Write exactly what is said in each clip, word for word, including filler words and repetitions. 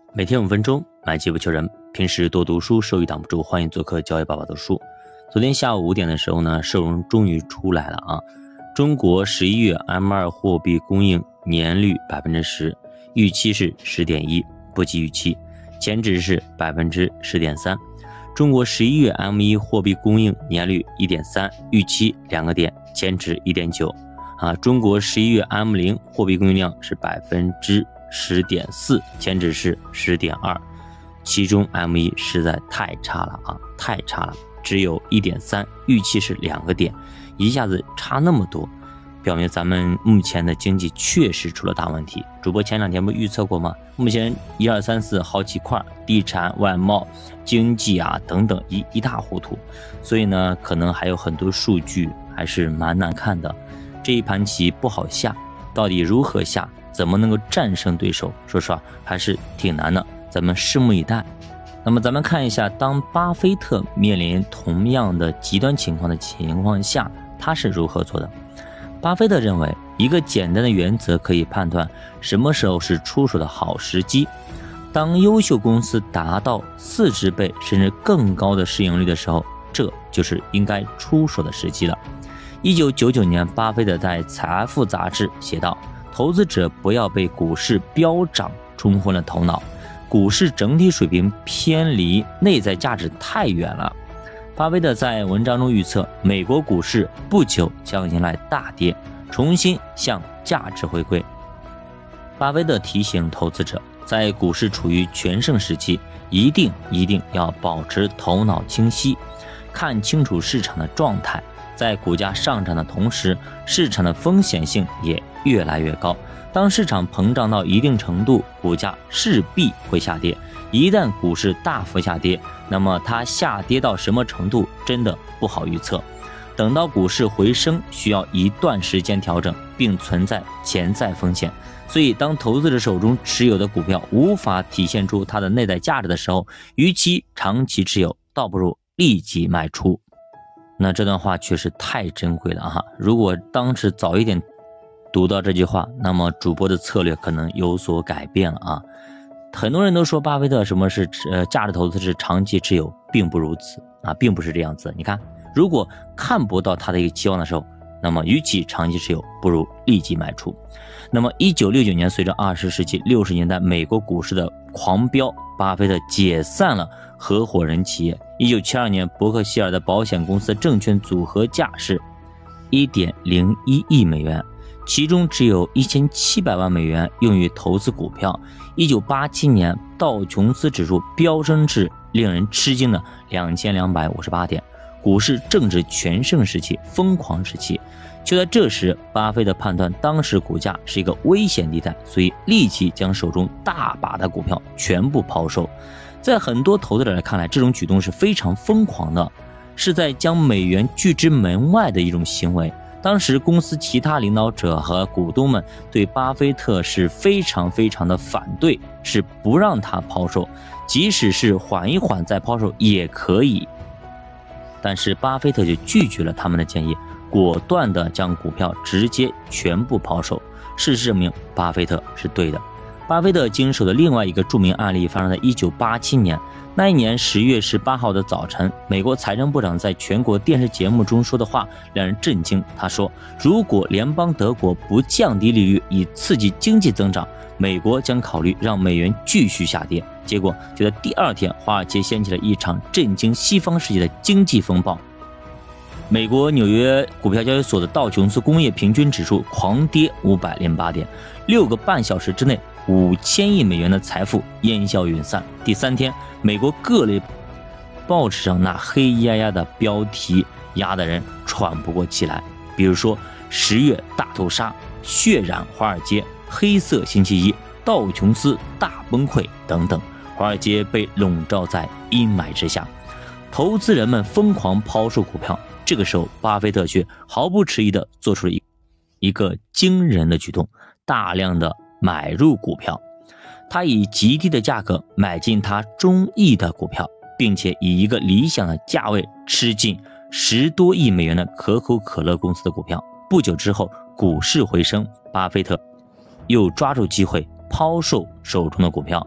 每天五分钟，买机不求人。平时多读书，收益挡不住。欢迎做客交易爸爸读书。昨天下午五点的时候呢，社融终于出来了啊！中国十一月 M 二 货币供应年率百分之十，预期是十点一，不及预期，前值是百分之十点三。中国十一月 M 一 货币供应年率一点三，预期两个点，前值一点九。啊，中国十一月 M 零 货币供应量是百分之十点四，前值是十点二，其中 M 一 实在太差了啊，太差了，只有一点三，预期是两个点，一下子差那么多，表明咱们目前的经济确实出了大问题。主播前两天不预测过吗？目前一二三四好几块，地产、外贸、经济啊等等一一塌糊涂，所以呢，可能还有很多数据还是蛮难看的。这一盘棋不好下，到底如何下？怎么能够战胜对手？说实话还是挺难的，咱们拭目以待。那么咱们看一下，当巴菲特面临同样的极端情况的情况下，他是如何做的？巴菲特认为，一个简单的原则可以判断什么时候是出手的好时机。当优秀公司达到四十倍甚至更高的市盈率的时候，这就是应该出手的时机了。一九九九年，巴菲特在《财富》杂志写道，投资者不要被股市飙涨冲昏了头脑，股市整体水平偏离内在价值太远了。巴菲特在文章中预测，美国股市不久将迎来大跌，重新向价值回归。巴菲特提醒投资者，在股市处于全盛时期，一定一定要保持头脑清晰，看清楚市场的状态。在股价上涨的同时，市场的风险性也越来越高。当市场膨胀到一定程度，股价势必会下跌。一旦股市大幅下跌，那么它下跌到什么程度真的不好预测。等到股市回升，需要一段时间调整，并存在潜在风险。所以当投资者手中持有的股票无法体现出它的内在价值的时候，与其长期持有，倒不如立即卖出。那这段话确实太珍贵了哈！如果当时早一点读到这句话，那么主播的策略可能有所改变了啊。很多人都说巴菲特什么是呃价值投资是长期持有，并不如此啊，并不是这样子。你看，如果看不到他的一个期望的时候，那么与其长期持有，不如立即卖出。那么一九六九年，随着二十世纪六十年代美国股市的狂飙，巴菲特解散了合伙人企业。一九七二年，伯克希尔的保险公司证券组合价是 一点零一亿美元，其中只有一千七百万美元用于投资股票。一九八七年，道琼斯指数飙升至令人吃惊的两千两百五十八点，股市正值全盛时期，疯狂时期。就在这时，巴菲特判断当时股价是一个危险地带，所以立即将手中大把的股票全部抛售。在很多投资者来看来，这种举动是非常疯狂的，是在将美元拒之门外的一种行为。当时公司其他领导者和股东们对巴菲特是非常非常的反对，是不让他抛售，即使是缓一缓再抛售也可以。但是巴菲特就拒绝了他们的建议，果断地将股票直接全部抛售。事实证明，巴菲特是对的。巴菲特经手的另外一个著名案例发生在一九八七年，那一年十月十八号的早晨，美国财政部长在全国电视节目中说的话让人震惊。他说，如果联邦德国不降低利率以刺激经济增长，美国将考虑让美元继续下跌。结果就在第二天，华尔街掀起了一场震惊西方世界的经济风暴。美国纽约股票交易所的道琼斯工业平均指数狂跌五百零八点，六个半小时之内，五千亿美元的财富烟消云散。第三天，美国各类报纸上那黑压压的标题压得人喘不过气来，比如说十月大屠杀、血染华尔街、黑色星期一、道琼斯大崩溃等等，华尔街被笼罩在阴霾之下，投资人们疯狂抛售股票。这个时候，巴菲特却毫不迟疑地做出了一个惊人的举动，大量的买入股票。他以极低的价格买进他中意的股票，并且以一个理想的价位吃进十多亿美元的可口可乐公司的股票。不久之后，股市回升，巴菲特又抓住机会抛售手中的股票，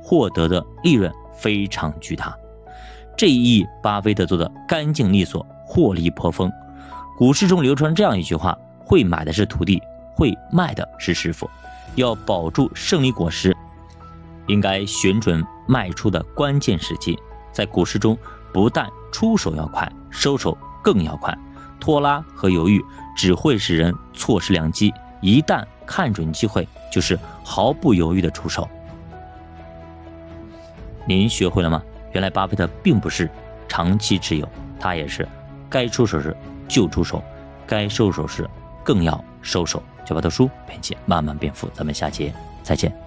获得的利润非常巨大。这一役巴菲特做的干净利索，获利颇丰。股市中流传这样一句话，会买的是徒弟，会卖的是师傅。要保住胜利果实，应该选准卖出的关键时机。在股市中，不但出手要快，收手更要快。拖拉和犹豫只会使人错失良机，一旦看准机会，就是毫不犹豫的出手。您学会了吗？原来巴菲特并不是长期持有，他也是该出手时就出手，该收手时更要收手。小白读书，并且慢慢变富。咱们下节再见。